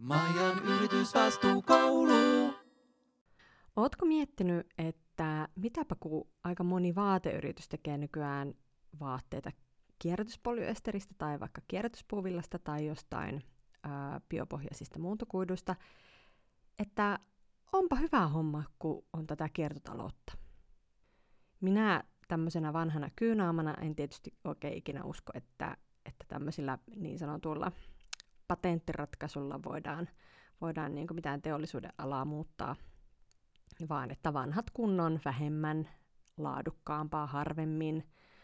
Maijan yritysvastuukoulu. Ootko miettinyt, että mitäpä kun aika moni vaateyritys tekee nykyään vaatteita kierrätyspolyesteristä tai vaikka kierrätyspuuvillasta tai jostain biopohjaisista muuntokuiduista, että onpa hyvä homma, kun on tätä kiertotaloutta. Minä tämmöisenä vanhana kyynaamana en tietysti oikein ikinä usko, että tämmöisillä niin sanotuilla patenttiratkaisulla voidaan niin kuin mitään teollisuuden alaa muuttaa, vaan että vanhat kunnon, vähemmän laadukkaampaa, harvemmin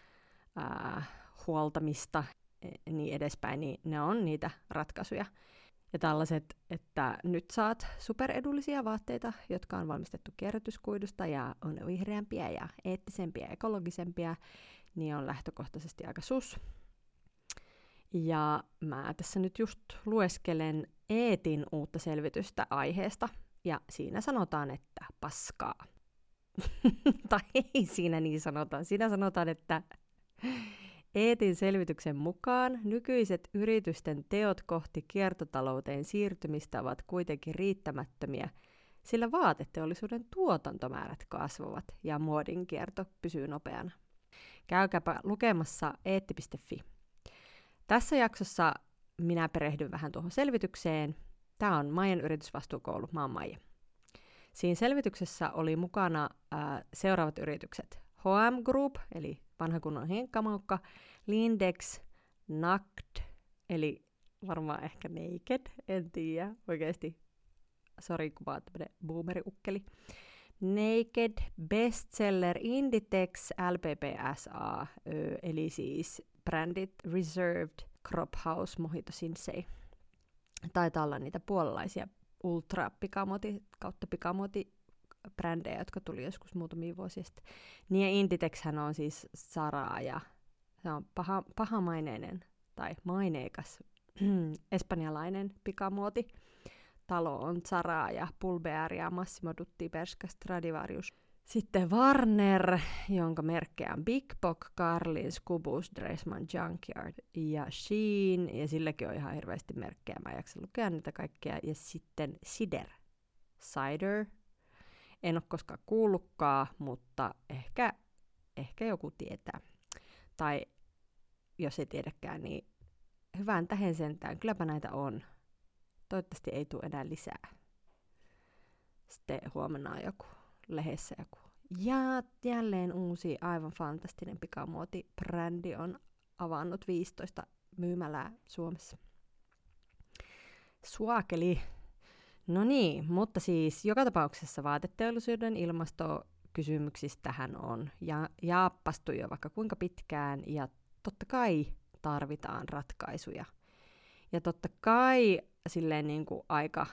huoltamista niin edespäin, niin ne on niitä ratkaisuja. Ja tällaiset, että nyt saat superedullisia vaatteita, jotka on valmistettu kierrätyskuidusta ja on vihreämpiä ja eettisempiä ja ekologisempia, niin on lähtökohtaisesti aika sus. Ja mä tässä nyt just lueskelen Eetin uutta selvitystä aiheesta, ja siinä sanotaan, että paskaa. Tai ei siinä niin sanotaan. Siinä sanotaan, että Eetin selvityksen mukaan nykyiset yritysten teot kohti kiertotalouteen siirtymistä ovat kuitenkin riittämättömiä, sillä vaateteollisuuden tuotantomäärät kasvavat ja muodin kierto pysyy nopeana. Käykääpä lukemassa eetti.fi. Tässä jaksossa minä perehdyn vähän tuohon selvitykseen. Tämä on Maijan yritysvastuukoulu, mä oon Maija. Siinä selvityksessä oli mukana seuraavat yritykset. H&M Group, eli vanha kunnon hinkkamoukka, Lindex, Nakt, eli varmaan ehkä Naked, en tiedä oikeasti. Sori, kun mä oon tämmönen boomeri-ukkeli. Naked, Bestseller, Inditex, LPPSA, eli siis brändit Reserved, Crop House, Mojito Sensei. Taitaa olla niitä puolalaisia ultra-pikamuoti kautta pikamuoti-brändejä, jotka tuli joskus muutamia vuosia sitten. Niin ja Inditexhän on siis Zaraa ja se on pahamaineinen tai maineikas espanjalainen pikamuoti. Talo on Zaraa ja Pulbear ja Massimo Dutti, Bershka, Stradivarius. Sitten Warner, jonka merkkejä on Big Box, Carlin, Scubus, Dressman, Junkyard ja Shein. Ja silläkin on ihan hirveästi merkkejä, mä en jaksa lukea niitä kaikkia. Ja sitten Cider. En ole koskaan kuullutkaan, mutta ehkä joku tietää. Tai jos ei tiedäkään, niin hyvään tähän sentään. Kylläpä näitä on. Toivottavasti ei tule enää lisää. Sitten huomenna on joku lehdessä joku. Ja jälleen uusi, aivan fantastinen pikamuotibrändi on avannut 15 myymälää Suomessa. Suakeli. No niin, mutta siis joka tapauksessa vaateteollisuuden ilmastokysymyksistähän on jaappastu jo vaikka kuinka pitkään, ja totta kai tarvitaan ratkaisuja. Ja totta kai silleen niin kuin aika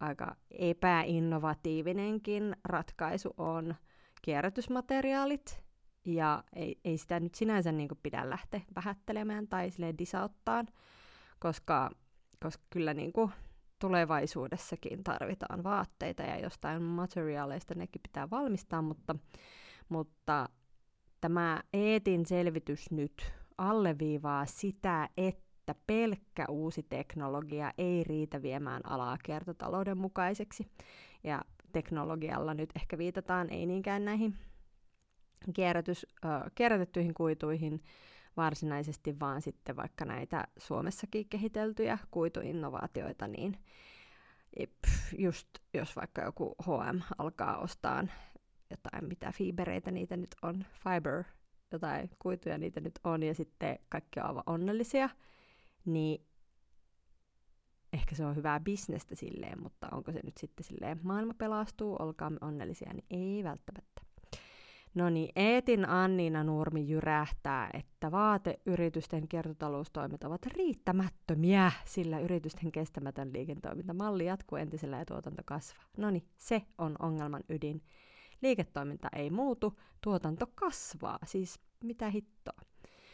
epäinnovatiivinenkin ratkaisu on kierrätysmateriaalit, ja ei sitä nyt sinänsä niin kuin pidä lähteä vähättelemään tai silleen disauttaan, koska kyllä niin kuin tulevaisuudessakin tarvitaan vaatteita ja jostain materiaaleista nekin pitää valmistaa, mutta tämä Eetin selvitys nyt alleviivaa sitä, että pelkkä uusi teknologia ei riitä viemään alaa kiertotalouden mukaiseksi. Ja teknologialla nyt ehkä viitataan ei niinkään näihin kierrätettyihin kuituihin varsinaisesti, vaan sitten vaikka näitä Suomessakin kehiteltyjä kuituinnovaatioita, niin just jos vaikka joku H&M alkaa ostaa jotain, mitä fibereitä niitä nyt on, jotain kuituja niitä nyt on, ja sitten kaikki on aivan onnellisia, niin ehkä se on hyvää bisnestä silleen, mutta onko se nyt sitten silleen, maailma pelastuu, olkaamme onnellisia, niin ei välttämättä. No niin, Eetin Anniina Nurmi jyrähtää, että vaateyritysten kiertotaloustoimet ovat riittämättömiä, sillä yritysten kestämätön liiketoimintamalli jatkuu entisellä ja tuotanto kasvaa. No niin, se on ongelman ydin. Liiketoiminta ei muutu, tuotanto kasvaa, siis mitä hittoa.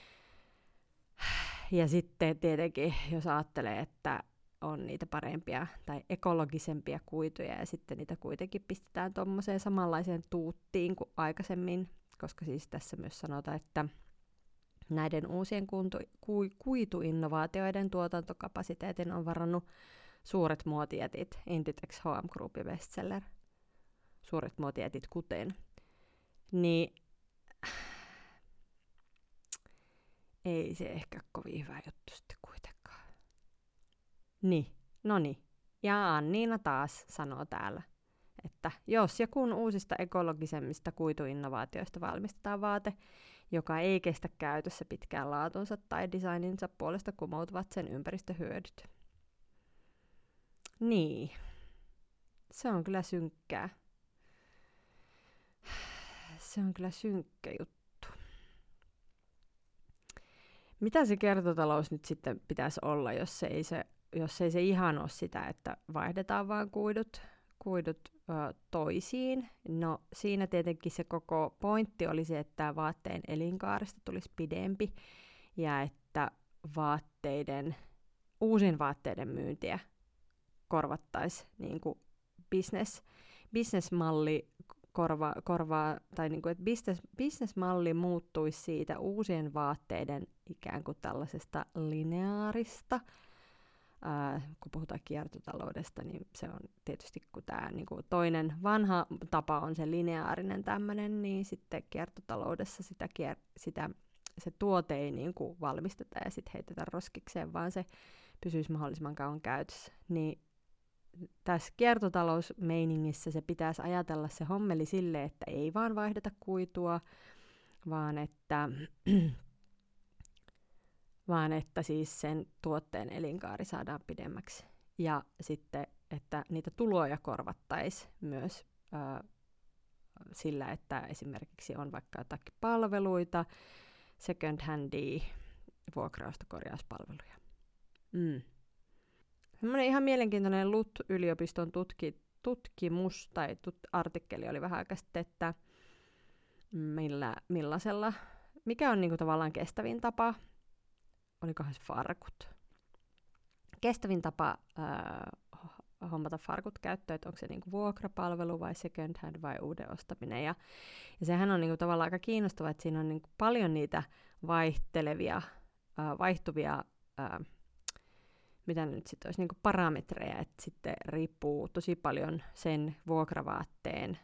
Ja sitten tietenkin, jos ajattelee, että on niitä parempia tai ekologisempia kuituja ja sitten niitä kuitenkin pistetään tuommoiseen samanlaiseen tuuttiin kuin aikaisemmin, koska siis tässä myös sanotaan, että näiden uusien kuituinnovaatioiden tuotantokapasiteetin on varannut suuret muotijätit, Inditex, H&M Group ja Bestseller, suuret muotijätit kuten, niin ei se ehkä kovin hyvä juttu sitten kuitenkaan. Noniin. Ja Anniina taas sanoo täällä, että jos ja kun uusista ekologisemmista kuituinnovaatioista valmistetaan vaate, joka ei kestä käytössä pitkään laatunsa tai designinsa puolesta kumoutuvat sen ympäristöhyödyt. Niin, se on kyllä synkkää. Se on kyllä synkkä juttu. Mitä se kiertotalous nyt sitten pitäisi olla, jos ei se ihan ole sitä, että vaihdetaan vaan kuidut toisiin. No siinä tietenkin se koko pointti oli se, että vaatteen elinkaarista tulisi pidempi ja että uusien vaatteiden myyntiä korvattaisiin niin kuin bisnesmalli tai niin kuin, että bisnesmalli muuttuisi siitä uusien vaatteiden ikään kuin tällaisesta lineaarista. Kun puhutaan kiertotaloudesta, niin se on tietysti, kun tämä niin kuin toinen vanha tapa on se lineaarinen tämmöinen, niin sitten kiertotaloudessa se tuote ei niin kuin valmisteta ja sitten heitetä roskikseen, vaan se pysyisi mahdollisimman kauan käytössä. Niin tässä kiertotalousmeiningissä se pitäisi ajatella se hommeli silleen, että ei vaan vaihdeta kuitua, vaan että siis sen tuotteen elinkaari saadaan pidemmäksi. Ja sitten, että niitä tuloja korvattaisiin myös sillä, että esimerkiksi on vaikka jotakin palveluita, second handia, vuokrausta, korjauspalveluja. Semmoinen ihan mielenkiintoinen LUT-yliopiston tutkimus tai artikkeli oli vähän aikaa sitten, että mikä on niinku tavallaan kestävin tapa, olikohan se farkut, kestävin tapa hommata farkut käyttöön, että onko se niinku vuokrapalvelu vai second hand vai uuden ostaminen. Ja sehän on niinku tavallaan aika kiinnostavaa, että siinä on niinku paljon niitä vaihtuvia mitä nyt sitten olisi niinku parametreja, että sitten riippuu tosi paljon sen vuokravaatteen,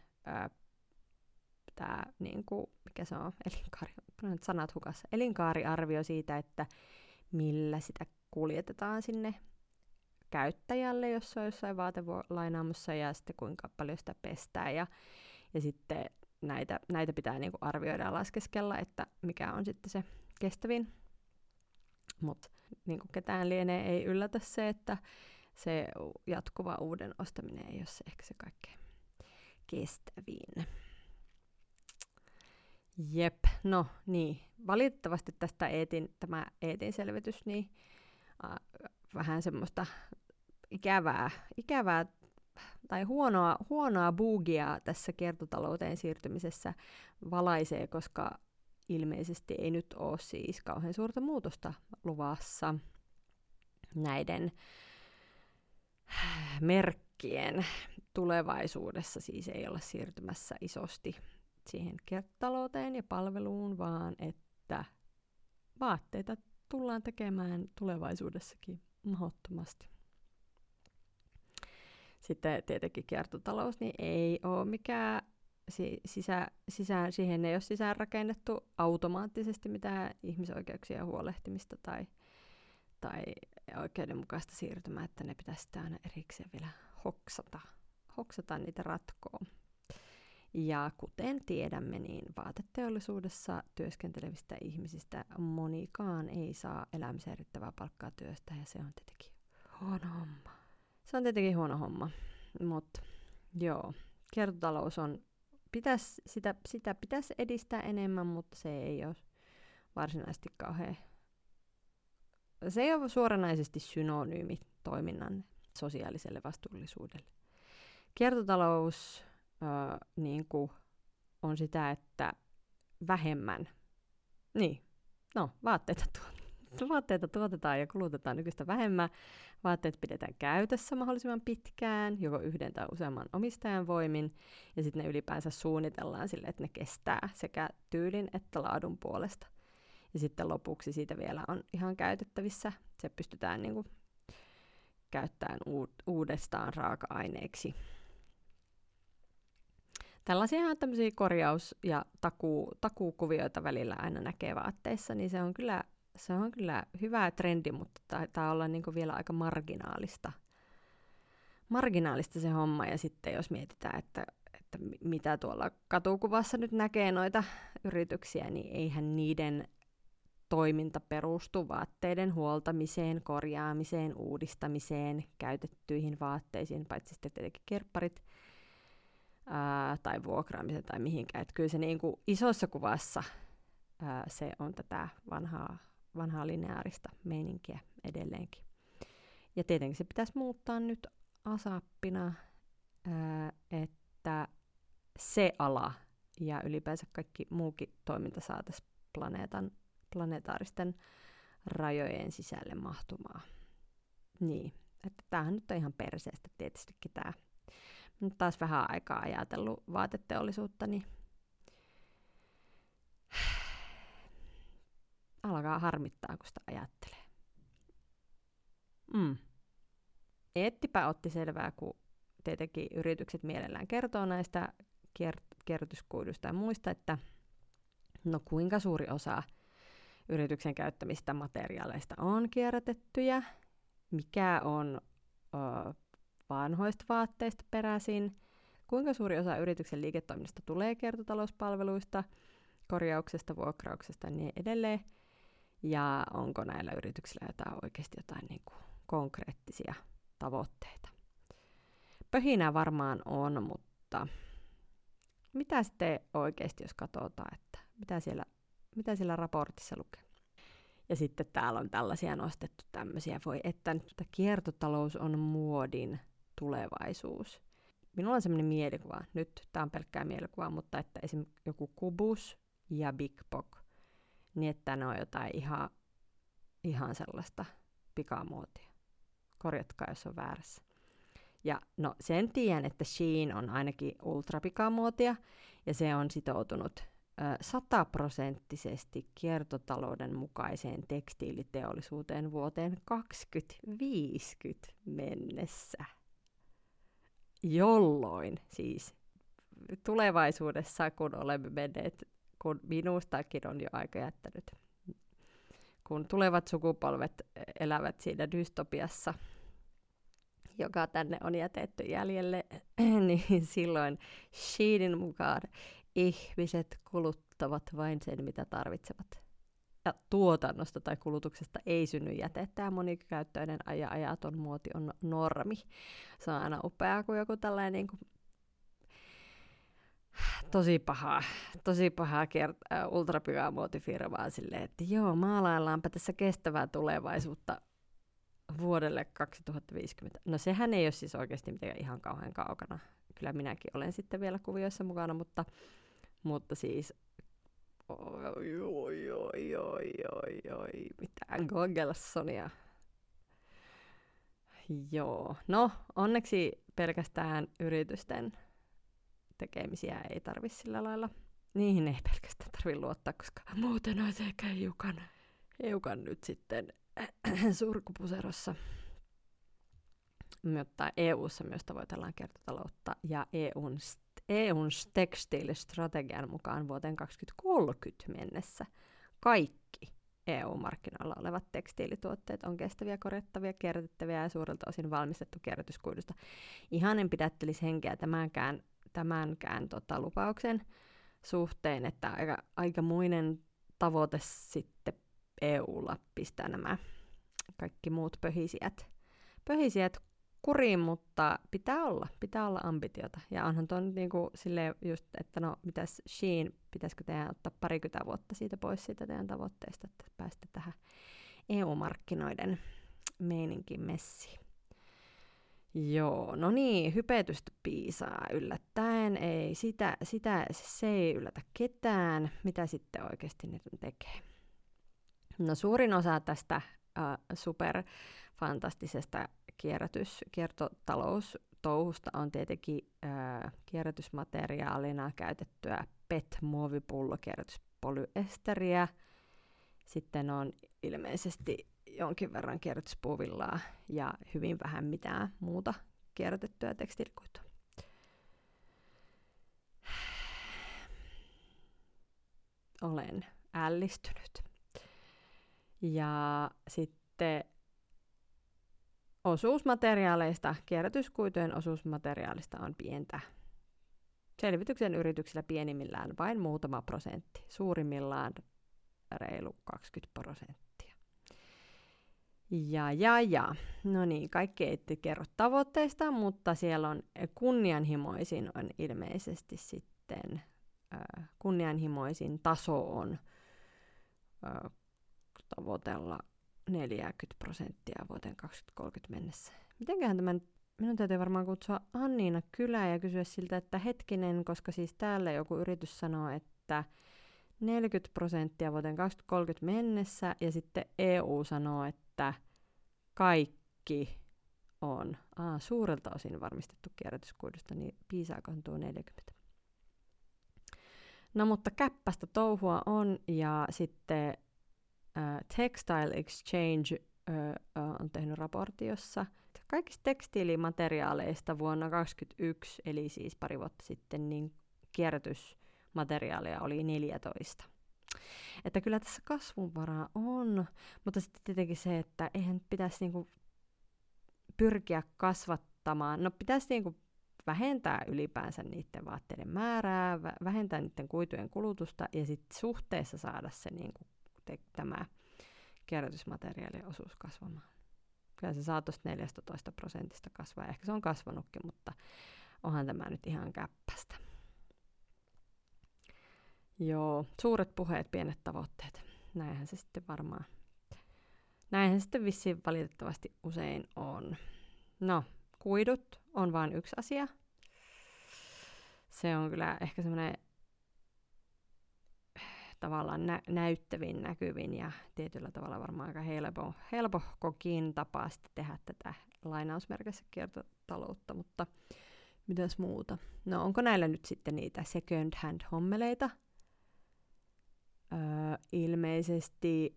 tää niinku, mikä se on, sanat hukassa, elinkaariarvio siitä, että millä sitä kuljetetaan sinne käyttäjälle, jos se on jossain vaatelainaamossa, ja sitten kuinka paljon sitä pestää, ja sitten näitä pitää niinku arvioida ja laskeskella, että mikä on sitten se kestävin. Mutta niin kuin ketään lienee, ei yllätä se, että se jatkuva uuden ostaminen ei ole se ehkä se kaikkein kestävin. Jep, no niin. Valitettavasti tästä tämä Eetin selvitys, niin vähän semmoista ikävää tai huonoa bugia tässä kiertotalouteen siirtymisessä valaisee, koska ilmeisesti ei nyt ole siis kauhean suurta muutosta luvassa näiden merkkien tulevaisuudessa. Siis ei olla siirtymässä isosti siihen kiertotalouteen ja palveluun, vaan että vaatteita tullaan tekemään tulevaisuudessakin mahdottomasti. Sitten tietenkin kiertotalous niin ei ole mikään siihen ei ole sisäänrakennettu automaattisesti mitään ihmisoikeuksia huolehtimista tai oikeudenmukaista siirtymää, että ne pitäisi aina erikseen vielä hoksata niitä ratkoa. Ja kuten tiedämme, niin vaateteollisuudessa työskentelevistä ihmisistä monikaan ei saa elämiseen riittävää palkkaa työstä, ja se on tietenkin huono homma. Mutta joo, kiertotalous on sitä pitäisi edistää enemmän, mutta se ei ole varsinaisesti se ei ole suoranaisesti synonyymi toiminnan sosiaaliselle vastuullisuudelle. Kiertotalous on sitä, että vähemmän, vaatteita tuotetaan ja kulutetaan nykyistä vähemmän, vaatteet pidetään käytössä mahdollisimman pitkään, joko yhden tai useamman omistajan voimin, ja sitten ne ylipäänsä suunnitellaan sille, että ne kestää sekä tyylin että laadun puolesta. Ja sitten lopuksi siitä vielä on ihan käytettävissä, se pystytään käyttäen uudestaan raaka-aineeksi. Tällaisia tämmöisiä korjaus- ja takuukuvioita välillä aina näkee vaatteissa, niin se on kyllä hyvä trendi, mutta taitaa olla niinku vielä aika marginaalista se homma. Ja sitten jos mietitään, että mitä tuolla katukuvassa nyt näkee noita yrityksiä, niin eihän niiden toiminta perustu vaatteiden huoltamiseen, korjaamiseen, uudistamiseen, käytettyihin vaatteisiin, paitsi sitten tietenkin kirpparit tai vuokraamiseen tai mihinkään. Että kyllä se niin kuin isossa kuvassa se on tätä vanhaa lineaarista meininkiä edelleenkin. Ja tietenkin se pitäisi muuttaa nyt ASAPina, että se ala ja ylipäänsä kaikki muukin toiminta saataisiin planetaaristen rajojen sisälle mahtumaan. Niin, että tämähän nyt on ihan perseestä tietystikin tämä. Nyt taas vähän aikaa ajatellut vaateteollisuutta, niin alkaa harmittaa, kun sitä ajattelee. Eettipä otti selvää, kun tietenkin yritykset mielellään kertoo näistä kierrätyskuiduista ja muista, että no kuinka suuri osa yrityksen käyttämistä materiaaleista on kierrätettyjä, mikä on vanhoista vaatteista peräisin, kuinka suuri osa yrityksen liiketoiminnasta tulee kiertotalouspalveluista, korjauksesta, vuokrauksesta ja niin edelleen, ja onko näillä yrityksillä oikeasti jotain niin kuin konkreettisia tavoitteita. Pöhinää varmaan on, mutta mitä sitten oikeasti, jos katsotaan, että mitä siellä raportissa lukee? Ja sitten täällä on tällaisia nostettu tämmöisiä, että kiertotalous on muodin tulevaisuus. Minulla on semmoinen mielikuva, nyt tämä on pelkkää mielikuvaa, mutta että esimerkiksi joku Kubus ja Big Bock, niin että ne on jotain ihan sellaista pikamuotia. Korjatkaa, jos on väärässä. Ja no sen tiedän, että Shein on ainakin ultrapikamuotia, ja se on sitoutunut 100% kiertotalouden mukaiseen tekstiiliteollisuuteen vuoteen 2050 mennessä. Jolloin siis tulevaisuudessa, kun olemme menneet, kun minustakin on jo aika jättänyt, kun tulevat sukupolvet elävät siinä dystopiassa, joka tänne on jätetty jäljelle, niin silloin Sheinin mukaan ihmiset kuluttavat vain sen, mitä tarvitsevat. Ja tuotannosta tai kulutuksesta ei synny jätettä, ja monikäyttöinen ja ajaton muoti on normi. Se on aina upeaa, kun joku tällainen niin kuin tosi pahaa ultrapikamuotifirmaa silleen, että joo, maalaillaanpa tässä kestävää tulevaisuutta vuodelle 2050. No sehän ei ole siis oikeasti mitenkään ihan kauhean kaukana. Kyllä minäkin olen sitten vielä kuvioissa mukana, mutta siis mitään Gogelsonia. Joo, no onneksi pelkästään yritysten tekemisiä ei tarvitse sillä lailla. Niihin ei pelkästään tarvitse luottaa, koska muuten olisi ehkä hiukan nyt sitten surkupuserossa. Mutta EU:ssa myös tavoitellaan kiertotaloutta ja EUn tekstiilistrategian mukaan vuoteen 2030 mennessä kaikki EU-markkinoilla olevat tekstiilituotteet on kestäviä, korjattavia, kierrätettäviä ja suurelta osin valmistettu kierrätyskuidusta. Ihan en pidättelisi henkeä tämänkään lupauksen suhteen, että aikamoinen tavoite sitten EUlla pistää nämä kaikki muut pöhisijät kuriin, mutta pitää olla ambitiota. Ja onhan tuo niinku silleen just, että no mitäs Shein, pitäisikö teidän ottaa 20 vuotta siitä pois siitä teidän tavoitteesta, että päästä tähän EU-markkinoiden meininkin messiin. Joo, no niin, hypetystä piisaa yllättäen, se ei yllätä ketään, mitä sitten oikeasti ne tekee. No suurin osa tästä superfantastisesta kiertotaloustouhusta on tietenkin kierrätysmateriaalina käytettyä PET-muovipullo, kierrätyspolyeesteriä. Sitten on ilmeisesti jonkin verran kierrätyspuuvillaa ja hyvin vähän mitään muuta kierrätettyä tekstiilikuitua. Olen ällistynyt. Ja sitten kierrätyskuitujen osuusmateriaalista on pientä. Selvityksen yrityksillä pienimmillään vain muutama prosentti, suurimmillaan reilu 20%. No niin, kaikki ei kerro tavoitteista, mutta siellä on kunnianhimoisin on ilmeisesti sitten, kunnianhimoisin taso on tavoitella 40% vuoteen 2030 mennessä. Mitenköhän tämän, minun täytyy varmaan kutsua Anniina kylään ja kysyä siltä, että hetkinen, koska siis täällä joku yritys sanoo, että 40% vuoteen 2030 mennessä, ja sitten EU sanoo, että kaikki on suurelta osin varmistettu kierrätyskuidusta, niin piisaakohan tuo 40? No mutta käppästä touhua on, ja sitten Textile Exchange on tehnyt raportti, jossa kaikista tekstiilimateriaaleista vuonna 2021, eli siis pari vuotta sitten, niin kierrätysmateriaalia oli 14. Että kyllä tässä kasvunvaraa on, mutta sitten tietenkin se, että eihän pitäisi niinku pyrkiä kasvattamaan, no pitäisi niinku vähentää ylipäänsä niiden vaatteiden määrää, vähentää niiden kuitujen kulutusta ja sitten suhteessa saada se niinku tämä kierrätysmateriaalien osuus kasvamaan. Kyllä se saa tuosta 14% kasvaa, ehkä se on kasvanutkin, mutta onhan tämä nyt ihan käppästä. Joo, suuret puheet, pienet tavoitteet. Näinhän se sitten vissiin valitettavasti usein on. No, kuidut on vain yksi asia. Se on kyllä ehkä semmoinen tavallaan näyttävin, näkyvin ja tietyllä tavalla varmaan aika helpohkokin tapa sitten tehdä tätä lainausmerkissä kiertotaloutta, mutta mitäs muuta? No onko näillä nyt sitten niitä second hand hommeleita? Ilmeisesti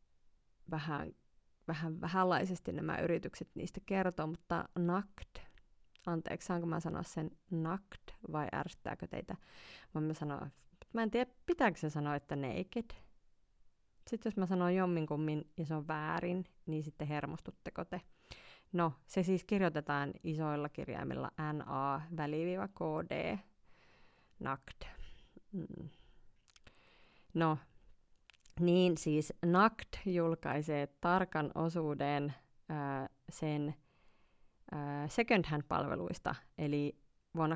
vähänlaisesti nämä yritykset niistä kertoo, mutta NACD, anteeksi, saanko mä sanoa sen NACD vai ärsyttääkö teitä? Mä en tiedä, pitääkö se sanoa, että naked. Sitten jos mä sanon jomminkummin ja se on väärin, niin sitten hermostutteko te? No, se siis kirjoitetaan isoilla kirjaimilla NA-KD, NACD. No, niin siis NACD julkaisee tarkan osuuden sen second hand palveluista, eli vuonna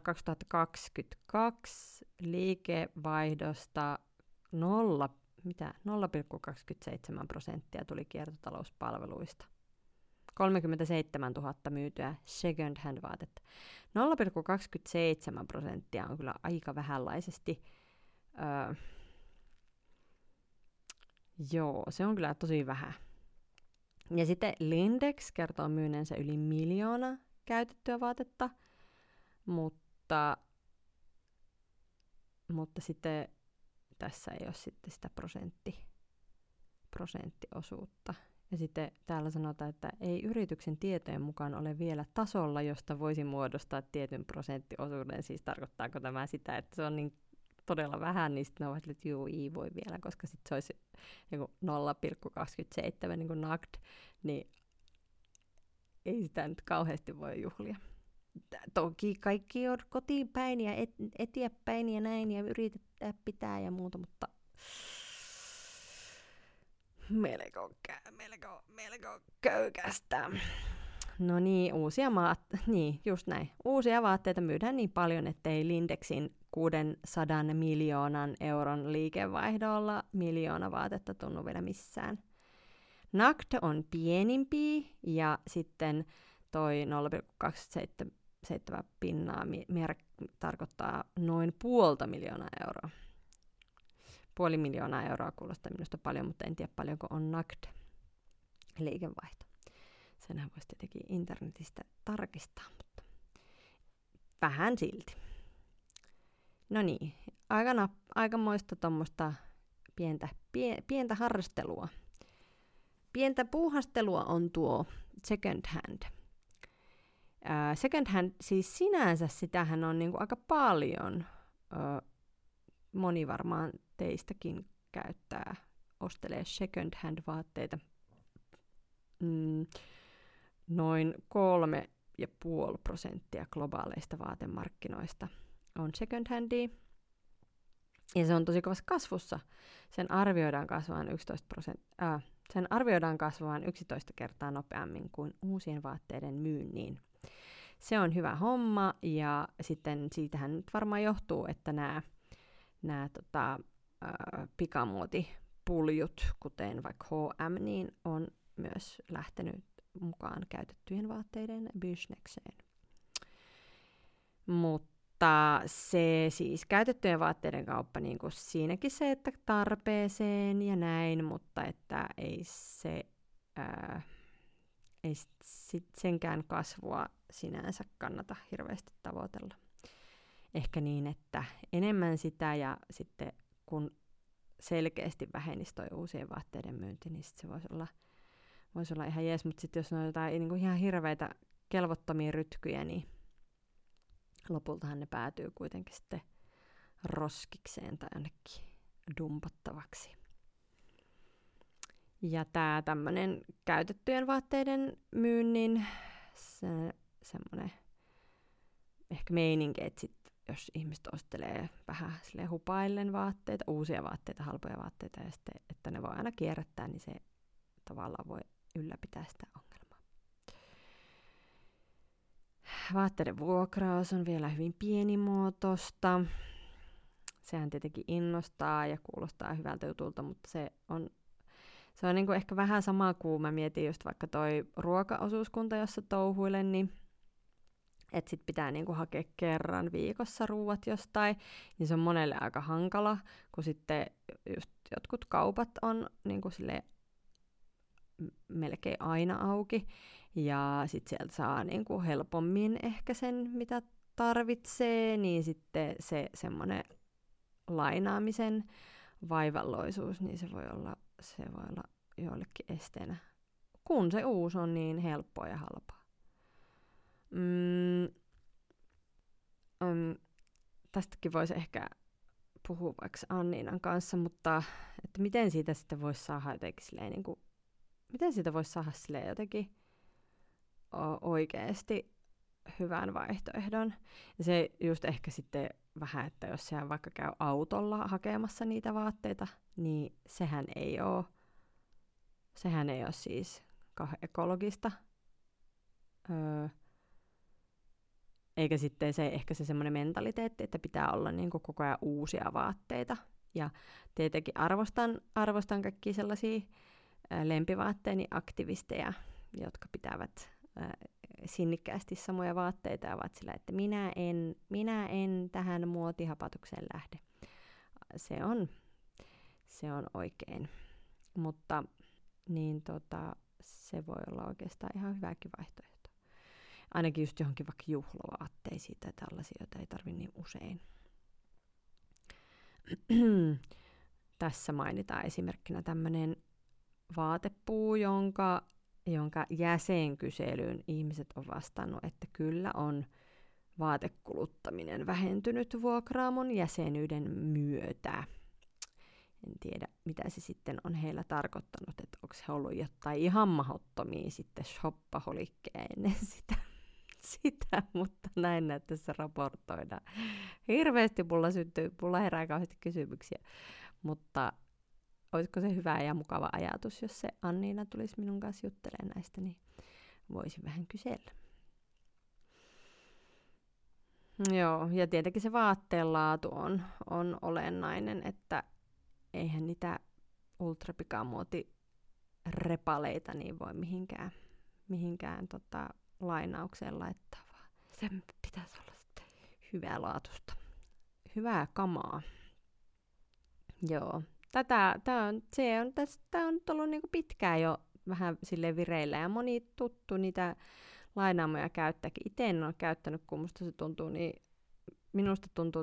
2022 liikevaihdosta 0,27% tuli kiertotalouspalveluista. 37 000 myytyä second hand vaatetta. 0,27% on kyllä aika vähänlaisesti. Joo, se on kyllä tosi vähän. Ja sitten Lindex kertoo myyneensä yli 1 miljoona käytettyä vaatetta, mutta sitten tässä ei ole sitten sitä prosenttiosuutta. Ja sitten täällä sanotaan, että ei yrityksen tietojen mukaan ole vielä tasolla, josta voisi muodostaa tietyn prosenttiosuuden. Siis tarkoittaako tämä sitä, että se on niin todella vähän, niin sitten ne ovat, että juu, ei voi vielä, koska sitten se olisi 0,27 niin kuin NACD, niin ei sitä nyt kauheasti voi juhlia. Toki kaikki on kotiin päin ja eteenpäin ja näin ja yritetään pitää ja muuta, mutta melko köykästä. No niin, just näin. Uusia vaatteita myydään niin paljon, ettei Lindexin 600 miljoonan euron liikevaihdolla miljoona vaatetta tunnu vielä missään. NACD on pienimpi ja sitten toi 0,27 pinnaa tarkoittaa noin 500 000 euroa. 500 000 euroa kuulostaa minusta paljon, mutta en tiedä paljonko on NACD liikevaihto. Senhän voisi tietenkin internetistä tarkistaa, mutta vähän silti. No niin, aikamoista tuommoista pientä harrastelua. pientä puuhastelua on tuo second hand. Second hand, siis sinänsä sitähän on niinku aika paljon. Moni varmaan teistäkin ostelee second hand vaatteita. Noin 3,5% globaaleista vaatemarkkinoista on second handia. Ja se on tosi kovassa kasvussa. Sen arvioidaan kasvavan 11 kertaa nopeammin kuin uusien vaatteiden myynnin. Se on hyvä homma, ja sitten siitähän nyt varmaan johtuu, että nämä pikamuotipuljut, kuten vaikka H&M, niin on myös lähtenyt mukaan käytettyjen vaatteiden bisnekseen. Mutta se siis käytettyjen vaatteiden kauppa, niin kuin siinäkin se, että tarpeeseen ja näin, mutta että ei senkään kasvua sinänsä kannata hirveästi tavoitella. Ehkä niin, että enemmän sitä, ja sitten kun selkeästi vähenisi toi uusien vaatteiden myynti, niin sit se voisi olla ihan jees, mutta sitten jos on jotain niin kuin ihan hirveitä kelvottomia rytkyjä, niin lopultahan ne päätyy kuitenkin sitten roskikseen tai jonnekin dumpattavaksi. Ja tää tämmönen käytettyjen vaatteiden myynnin semmonen ehkä meininki, että sit jos ihmiset ostelee vähän silleen hupaillen vaatteita, uusia vaatteita, halpoja vaatteita, ja sitten, että ne voi aina kierrättää, niin se tavallaan voi ylläpitää sitä ongelmaa. Vaatteiden vuokraus on vielä hyvin pienimuotoista. Sehän tietenkin innostaa ja kuulostaa hyvältä jutulta, mutta se on niin kuin ehkä vähän sama kuin mä mietin just vaikka toi ruokaosuuskunta, jossa touhuilen, niin että sit pitää niinku hakea kerran viikossa ruuat jostain, niin se on monelle aika hankala, kun sitten just jotkut kaupat on niinku silleen melkein aina auki, ja sit sieltä saa niinku helpommin ehkä sen, mitä tarvitsee, niin sitten se semmoinen lainaamisen vaivalloisuus, niin se voi olla joillekin esteenä, kun se uusi on niin helppoa ja halpaa. Tästäkin voisi ehkä puhua vaikka Anniinan kanssa, mutta että miten siitä sitten voisi saada jotenkin silleen, niin kuin, miten siitä voisi saada silleen jotenkin oikeasti hyvän vaihtoehdon. Ja se just ehkä sitten vähän, että jos siellä vaikka käy autolla hakemassa niitä vaatteita, niin sehän ei ole siis kauhean ekologista. Eikä sitten ehkä se semmoinen mentaliteetti, että pitää olla niin kuin koko ajan uusia vaatteita. Ja tietenkin arvostan kaikkia sellaisia lempivaatteeni aktivisteja, jotka pitävät sinnikkäästi samoja vaatteita ja ovat sillä, että minä en tähän muotihapatukseen lähde. Se on oikein. Mutta niin se voi olla oikeastaan ihan hyväkin vaihtoehto. Ainakin just johonkin vaikka juhlavaatteisiin tai tällaisia, joita ei tarvitse niin usein. Tässä mainitaan esimerkkinä tämmöinen vaatepuu, jonka jäsenkyselyyn ihmiset on vastannut, että kyllä on vaatekuluttaminen vähentynyt Vuokraamon jäsenyyden myötä. En tiedä, mitä se sitten on heillä tarkoittanut, että onko he ollut jotain ihan mahdottomia sitten shoppaholikkeja ennen sitä, mutta näin näyttäisi raportoida. Hirveästi mulla herää kauheasti kysymyksiä, mutta olisiko se hyvä ja mukava ajatus, jos se Anniina tulisi minun kanssa juttelemaan näistä, niin voisin vähän kysellä. Joo, ja tietenkin se vaatteen laatu on olennainen, että eihän niitä ultrapikamuotirepaleita niin voi mihinkään lainaukseen laittaa, vaan sen pitäisi olla sitten hyvää laatusta. Hyvää kamaa. Joo. Tämä on nyt ollut niinku pitkään jo vähän silleen vireillä, ja moni tuttu niitä lainaamoja käyttääkin. Itse en ole käyttänyt, kun minusta tuntuu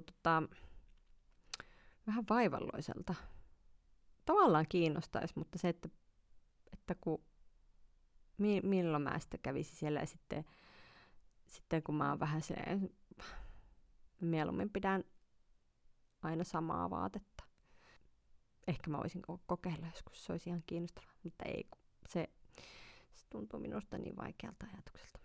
vähän vaivalloiselta. Tavallaan kiinnostaisi, mutta se, että että milloin mä sitten kävisin siellä ja sitten kun mä oon vähän silleen, mieluummin pidän aina samaa vaatetta. Ehkä mä voisin kokeilla joskus, se olisi ihan kiinnostavaa, mutta ei, se tuntuu minusta niin vaikealta ajatukselta.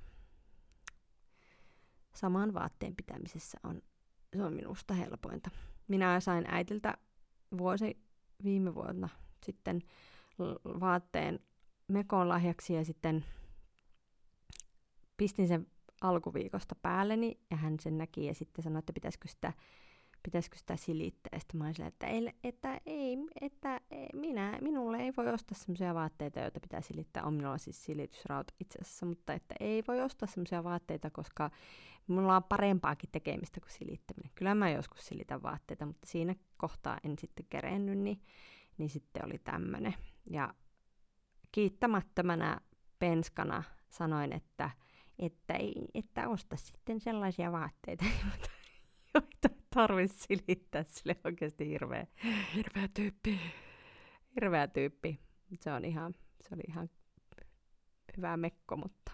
Saman vaatteen pitämisessä se on minusta helpointa. Minä sain äitiltä viime vuonna sitten vaatteen mekoon lahjaksi ja sitten pistin sen alkuviikosta päälleni ja hän sen näki ja sitten sanoi, että pitäisikö sitä silittää. Ja sitten mä olin silleen, että minulle ei voi ostaa semmoisia vaatteita, joita pitää silittää. On minulla siis silitysrauta itse asiassa, mutta että ei voi ostaa semmoisia vaatteita, koska mulla on parempaakin tekemistä kuin silittäminen. Kyllä mä joskus silitän vaatteita, mutta siinä kohtaa en sitten kerennyt, niin sitten oli tämmönen. Ja kiittämättömänä penskana sanoin, että osta sitten sellaisia vaatteita, joita tarvitsisi silittää. Sille oikeasti hirveä tyyppi. Se oli ihan hyvä mekko, mutta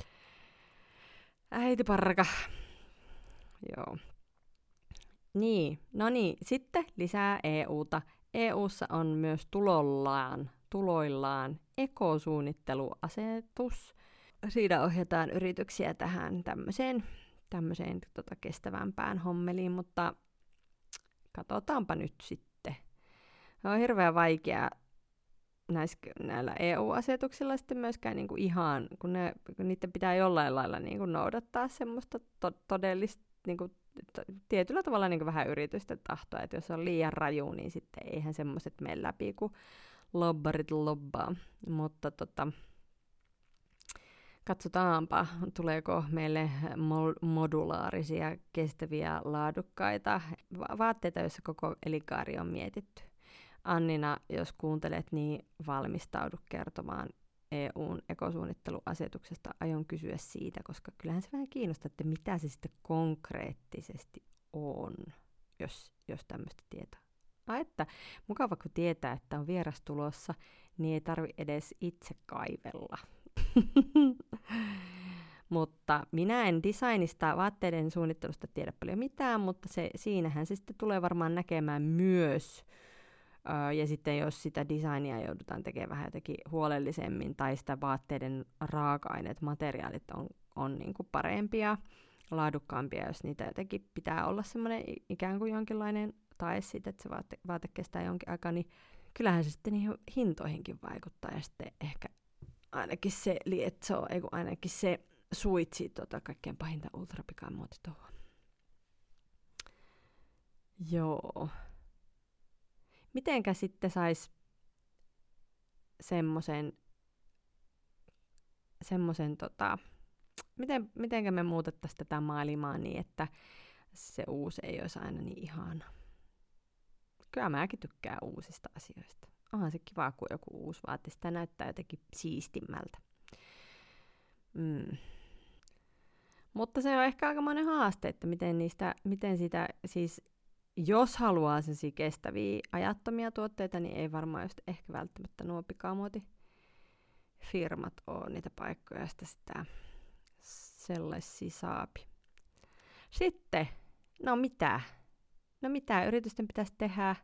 äitiparka. Joo. Niin, no niin, sitten lisää EUta. EUssa on myös tuloillaan ekosuunnitteluasetus. Siinä ohjataan yrityksiä tähän tämmöiseen kestävämpään hommeliin, mutta katsotaanpa nyt sitten. On hirveän vaikea näillä EU-asetuksilla sitten myöskään niinku ihan, kun niiden pitää jollain lailla niinku noudattaa semmoista todellista, niinku, tietyllä tavalla niinku vähän yritysten tahtoa, että jos on liian raju, niin sitten eihän semmoiset mene läpi, kun lobbarit lobbaa. Mutta katsotaanpa, tuleeko meille modulaarisia, kestäviä, laadukkaita vaatteita, joissa koko elinkaari on mietitty. Annina, jos kuuntelet, niin valmistaudu kertomaan EUn ekosuunnitteluasetuksesta. Aion kysyä siitä, koska kyllähän se vähän kiinnostaa, että mitä se sitten konkreettisesti on, jos tämmöistä tietää. Että mukava kun tietää, että on vieras tulossa, niin ei tarvitse edes itse kaivella. Mutta minä en designista, vaatteiden suunnittelusta tiedä paljon mitään, mutta siinähän se sitten tulee varmaan näkemään myös. Ja sitten jos sitä designia joudutaan tekemään vähän jotenkin huolellisemmin, tai sitä vaatteiden raaka-aineet, materiaalit on niin kuin parempia, laadukkaampia, jos niitä jotenkin pitää olla semmoinen ikään kuin jonkinlainen tae siitä, että se vaate kestää jonkin aikaa, niin kyllähän se sitten niihin hintoihinkin vaikuttaa, ja sitten ehkä ainakin se lietsoo, ainakin se suitsii kaikkein pahinta ultrapikamuotitohua. Joo. Mitenkä sitten sais semmosen mitenkä me muutettaisiin tätä maailmaa niin, että se uusi ei olisi aina niin ihana. Kyllä mäkin tykkään uusista asioista. Onhan se kiva, kun joku uusi vaate, sitä näyttää jotenkin siistimmältä. Mutta se on ehkä aikamoinen haaste, että miten sitä siis, jos haluaa sellaisia kestäviä ajattomia tuotteita, niin ei varmaan just ehkä välttämättä nuo pikamuotifirmat ole niitä paikkoja, joista sitä sellaisia saapi. Sitten, no mitä yritysten pitäisi tehdä?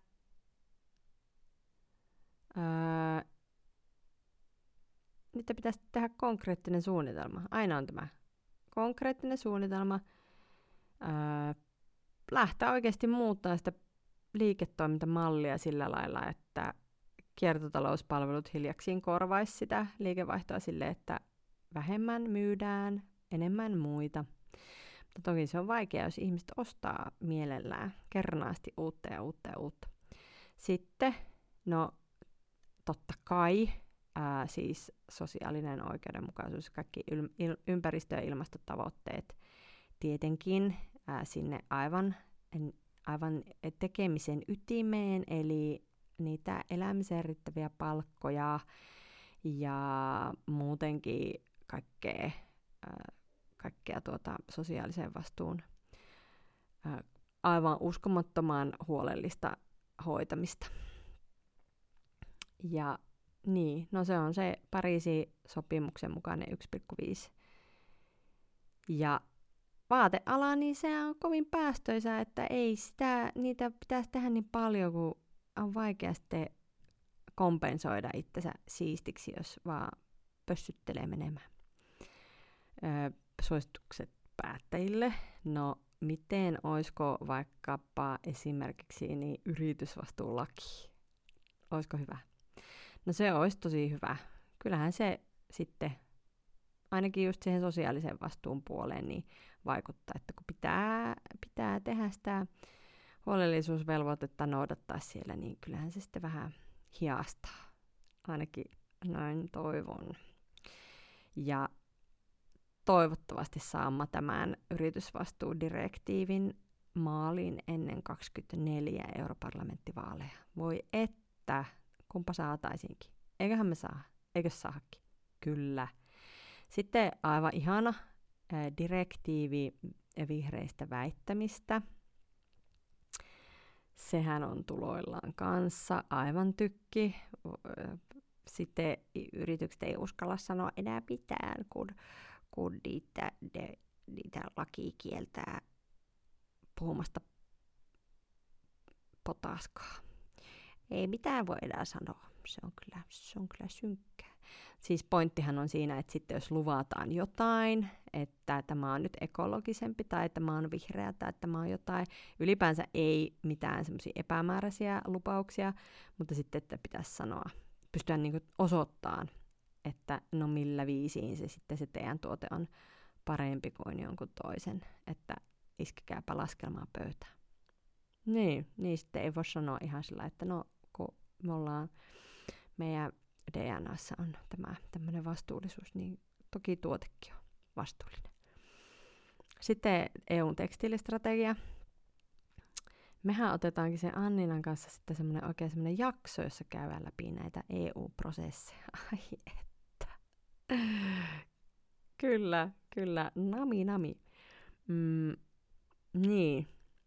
Niitä pitäisi tehdä konkreettinen suunnitelma. Aina on tämä konkreettinen suunnitelma. Lähteä oikeasti muuttaa sitä liiketoimintamallia sillä lailla, että kiertotalouspalvelut hiljaksiin korvaisi sitä liikevaihtoa sille, että vähemmän myydään, enemmän muita. Mutta toki se on vaikeaa, jos ihmiset ostaa mielellään kernaasti uutta ja uutta ja uutta. Sitten, no totta kai, siis sosiaalinen oikeudenmukaisuus, kaikki ympäristö- ja ilmastotavoitteet tietenkin sinne aivan tekemisen ytimeen, eli niitä elämiseen riittäviä palkkoja ja muutenkin kaikkea sosiaalisen vastuun aivan uskomattoman huolellista hoitamista. Ja Niin, no se on se Pariisin sopimuksen mukainen 1,5. Ja vaateala, niin se on kovin päästöisä, että ei niitä pitäisi tehdä niin paljon, kun on vaikea sitten kompensoida itsensä siistiksi, jos vaan pössyttelee menemään. Suositukset päättäjille. No, miten oisko vaikkapa esimerkiksi niin yritysvastuulaki? Oisko hyvä? No se olisi tosi hyvä. Kyllähän se sitten, ainakin just siihen sosiaalisen vastuun puoleen, niin vaikuttaa, että kun pitää tehdä sitä huolellisuusvelvoitetta noudattaa siellä, niin kyllähän se sitten vähän hiastaa. Ainakin näin toivon. Ja toivottavasti saamme tämän yritysvastuudirektiivin maaliin ennen 24 europarlamenttivaaleja. Voi että, kumpa saataisinkin. Eiköhän me saa. Eikö saakin? Kyllä. Sitten aivan ihana direktiivi vihreistä väittämistä. Sehän on tuloillaan kanssa aivan tykki. Sitten yritykset ei uskalla sanoa enää mitään, kun niitä laki kieltää puhumasta potaskaa. Ei mitään voi enää sanoa. Se on kyllä synkkää. Siis pointtihan on siinä, että sitten jos luvataan jotain, että tämä on nyt ekologisempi tai tämä on vihreä tai tämä on jotain, ylipäänsä ei mitään semmoisia epämääräisiä lupauksia, mutta sitten, että pitäisi sanoa, pystyä niinku osoittamaan, että no millä viisiin se teidän tuote on parempi kuin jonkun toisen, että iskekääpä laskelmaa pöytään. Niin sitten ei voi sanoa ihan sillä, että no kun me ollaan, meidän DNAssa on tämä tämmöinen vastuullisuus, niin toki tuotekin on vastuullinen. Sitten EUn tekstiilistrategia. Mehän otetaankin sen Anninan kanssa sitten semmoinen jakso, jossa käydään läpi näitä EU-prosesseja. Ai että. Kyllä. Nami. Niin.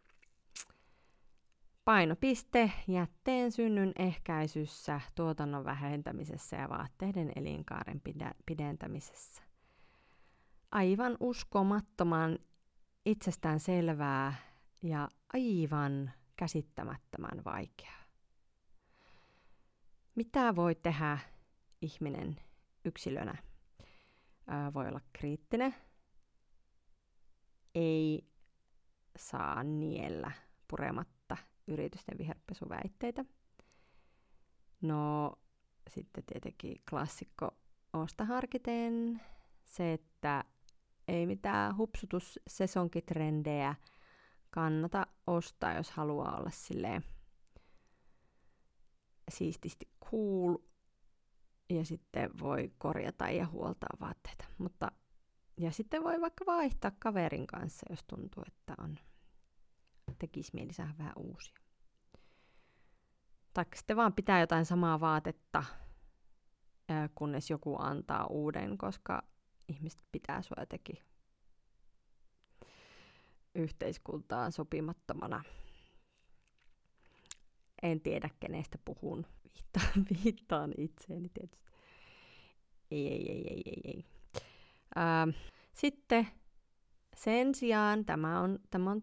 Painopiste jätteen synnyn ehkäisyssä, tuotannon vähentämisessä ja vaatteiden elinkaaren pidentämisessä. Aivan uskomattoman itsestään selvää ja aivan käsittämättömän vaikeaa. Mitä voi tehdä ihminen yksilönä? Voi olla kriittinen. Ei saa niellä purematta yritysten viherpesuväitteitä. No, sitten tietenkin klassikko osta harkiten. Se, että ei mitään hupsutussesonkitrendejä kannata ostaa, jos haluaa olla silleen siististi cool. Ja sitten voi korjata ja huoltaa vaatteita. Ja sitten voi vaikka vaihtaa kaverin kanssa, jos tuntuu, että tekisi mieli saada vähän uusia. Tai sitten vaan pitää jotain samaa vaatetta, kunnes joku antaa uuden, koska ihmiset pitää sua jotenkin yhteiskuntaan sopimattomana. En tiedä, kenestä puhun. Viittaan itseeni tietysti. Ei. Sitten sen sijaan tämä on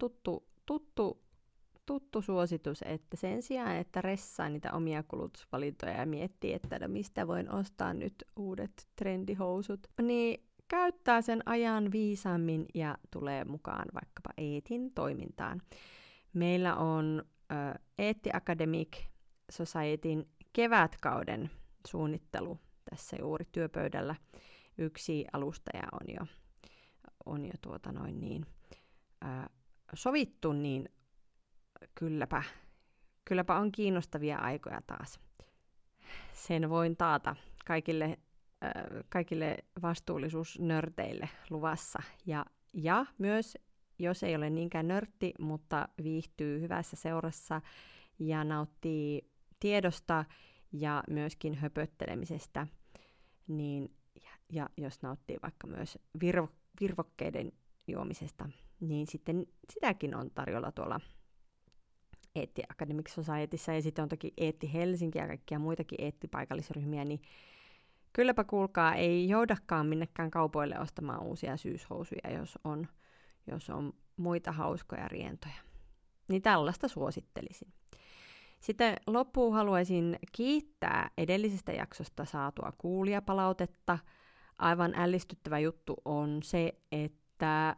tuttu suositus, että sen sijaan, että ressaa niitä omia kulutusvalintoja ja miettii, että no mistä voin ostaa nyt uudet trendihousut, niin käyttää sen ajan viisaammin ja tulee mukaan vaikkapa Eetin toimintaan. Meillä on Eetti Academic Societyn kevätkauden suunnittelu tässä juuri työpöydällä. Yksi alustaja on jo sovittu, niin kylläpä on kiinnostavia aikoja taas. Sen voin taata kaikille vastuullisuusnörteille luvassa. Ja myös, jos ei ole niinkään nörtti, mutta viihtyy hyvässä seurassa ja nauttii tiedosta ja myöskin höpöttelemisestä, niin, ja jos nauttii vaikka myös virvokkeiden juomisesta, niin sitten sitäkin on tarjolla tuolla Eetti Academic Societyssä ja sitten on toki Eetti Helsinki ja kaikkia muitakin Eetti-paikallisryhmiä, niin kylläpä kuulkaa, ei joudakaan minnekään kaupoille ostamaan uusia syyshousuja, jos on muita hauskoja rientoja. Niin tällaista suosittelisin. Sitten loppuun haluaisin kiittää edellisestä jaksosta saatua kuulijapalautetta. Aivan ällistyttävä juttu on se, että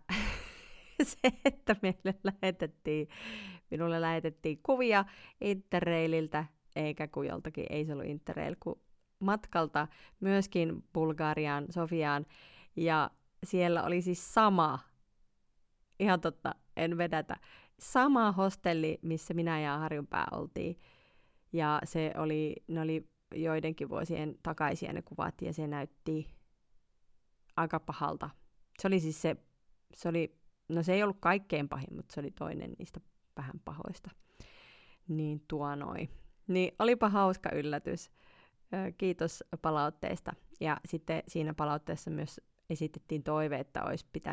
minulle lähetettiin kuvia Interraililtä, eikä kun joltakin ei se ollut Interrail, kun matkalta myöskin Bulgariaan, Sofiaan, ja siellä oli siis ihan totta, en vedätä, sama hostelli, missä minä ja Harjunpää oltiin, ja ne oli joidenkin vuosien takaisia ne kuvat, ja se näytti aika pahalta. Se oli siis se ei ollut kaikkein pahin, mutta se oli toinen niistä vähän pahoista. Niin Niin olipa hauska yllätys. Kiitos palautteesta. Ja sitten siinä palautteessa myös esitettiin toive, että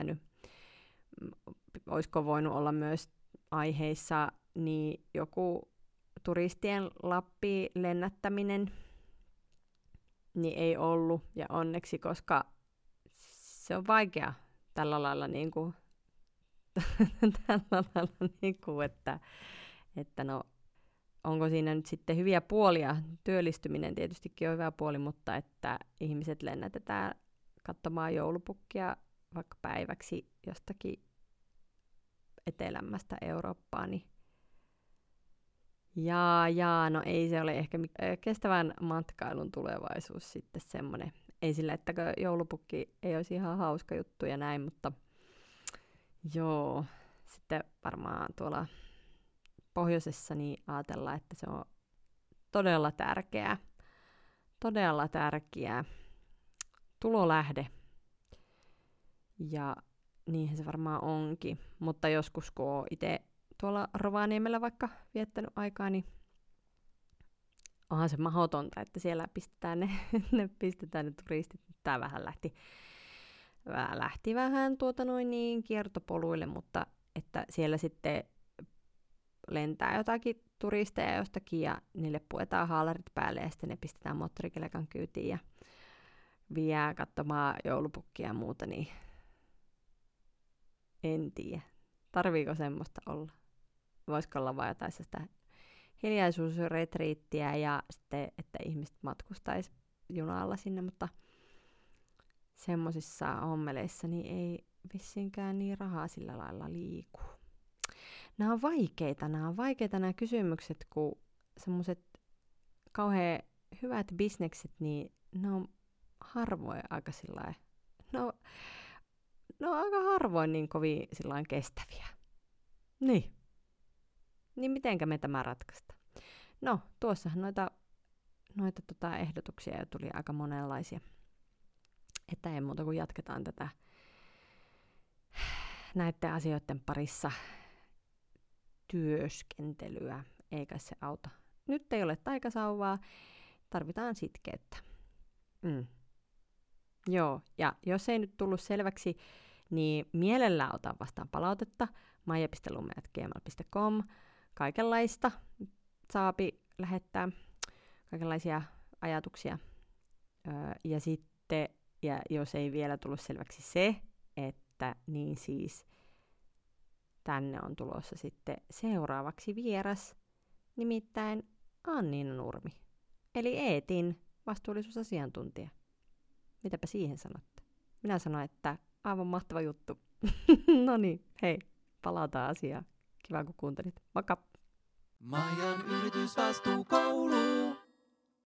olisiko voinut olla myös aiheissa niin joku turistien Lappiin lennättäminen, niin ei ollut. Ja onneksi, koska se on vaikea tällä lailla, että no, onko siinä nyt sitten hyviä puolia? Työllistyminen tietystikin on hyvä puoli, mutta että ihmiset lennätetään katsomaan joulupukkia vaikka päiväksi jostakin etelämmästä Eurooppaa, niin no ei se ole ehkä kestävän matkailun tulevaisuus sitten semmoinen. Ei sillä, että joulupukki ei olisi ihan hauska juttu ja näin, mutta joo, sitten varmaan tuolla pohjoisessa niin ajatellaan, että se on todella tärkeä tulolähde. Ja niinhän se varmaan onkin. Mutta joskus, kun olen itse tuolla Rovaniemellä vaikka viettänyt aikaa, niin onhan se mahdotonta, että siellä pistetään ne turistit. Tämä vähän lähti vähän kiertopoluille, mutta että siellä sitten lentää jotakin turisteja jostakin ja niille puetaan haalarit päälle ja sitten ne pistetään moottorikelekan kyytiin ja vie katsomaan joulupukkia ja muuta, niin en tiedä. Tarviiko semmoista olla? Voisiko olla vain jotain sitä hiljaisuusretriittiä ja sitten, että ihmiset matkustaisi junalla sinne, mutta semmoisissa hommeleissa niin ei vissinkään niin rahaa sillä lailla liiku. Nämä on vaikeita nämä kysymykset, kun semmoiset kauhean hyvät bisnekset, niin ne on harvoin aika sillain, no aika harvoin niin kovin sillain kestäviä. Niin mitenkä me tämä ratkaista? No, tuossahan noita ehdotuksia jo tuli aika monenlaisia. Että ei muuta kuin jatketaan tätä näiden asioiden parissa työskentelyä, eikä se auta. Nyt ei ole taikasauvaa, tarvitaan sitkeyttä. Joo, ja jos ei nyt tullut selväksi, niin mielellään otan vastaan palautetta maija.lumme@gmail.com. Kaikenlaista saapi lähettää, kaikenlaisia ajatuksia. Ja jos ei vielä tullut selväksi se, että niin siis tänne on tulossa sitten seuraavaksi vieras, nimittäin Anniina Nurmi, eli Eetin vastuullisuusasiantuntija. Mitäpä siihen sanotte? Minä sanoin, että aivan mahtava juttu. No niin, hei, palataan asiaan. Kiva kun kuuntelit. Moikka! Maijan yritysvastuukoulu.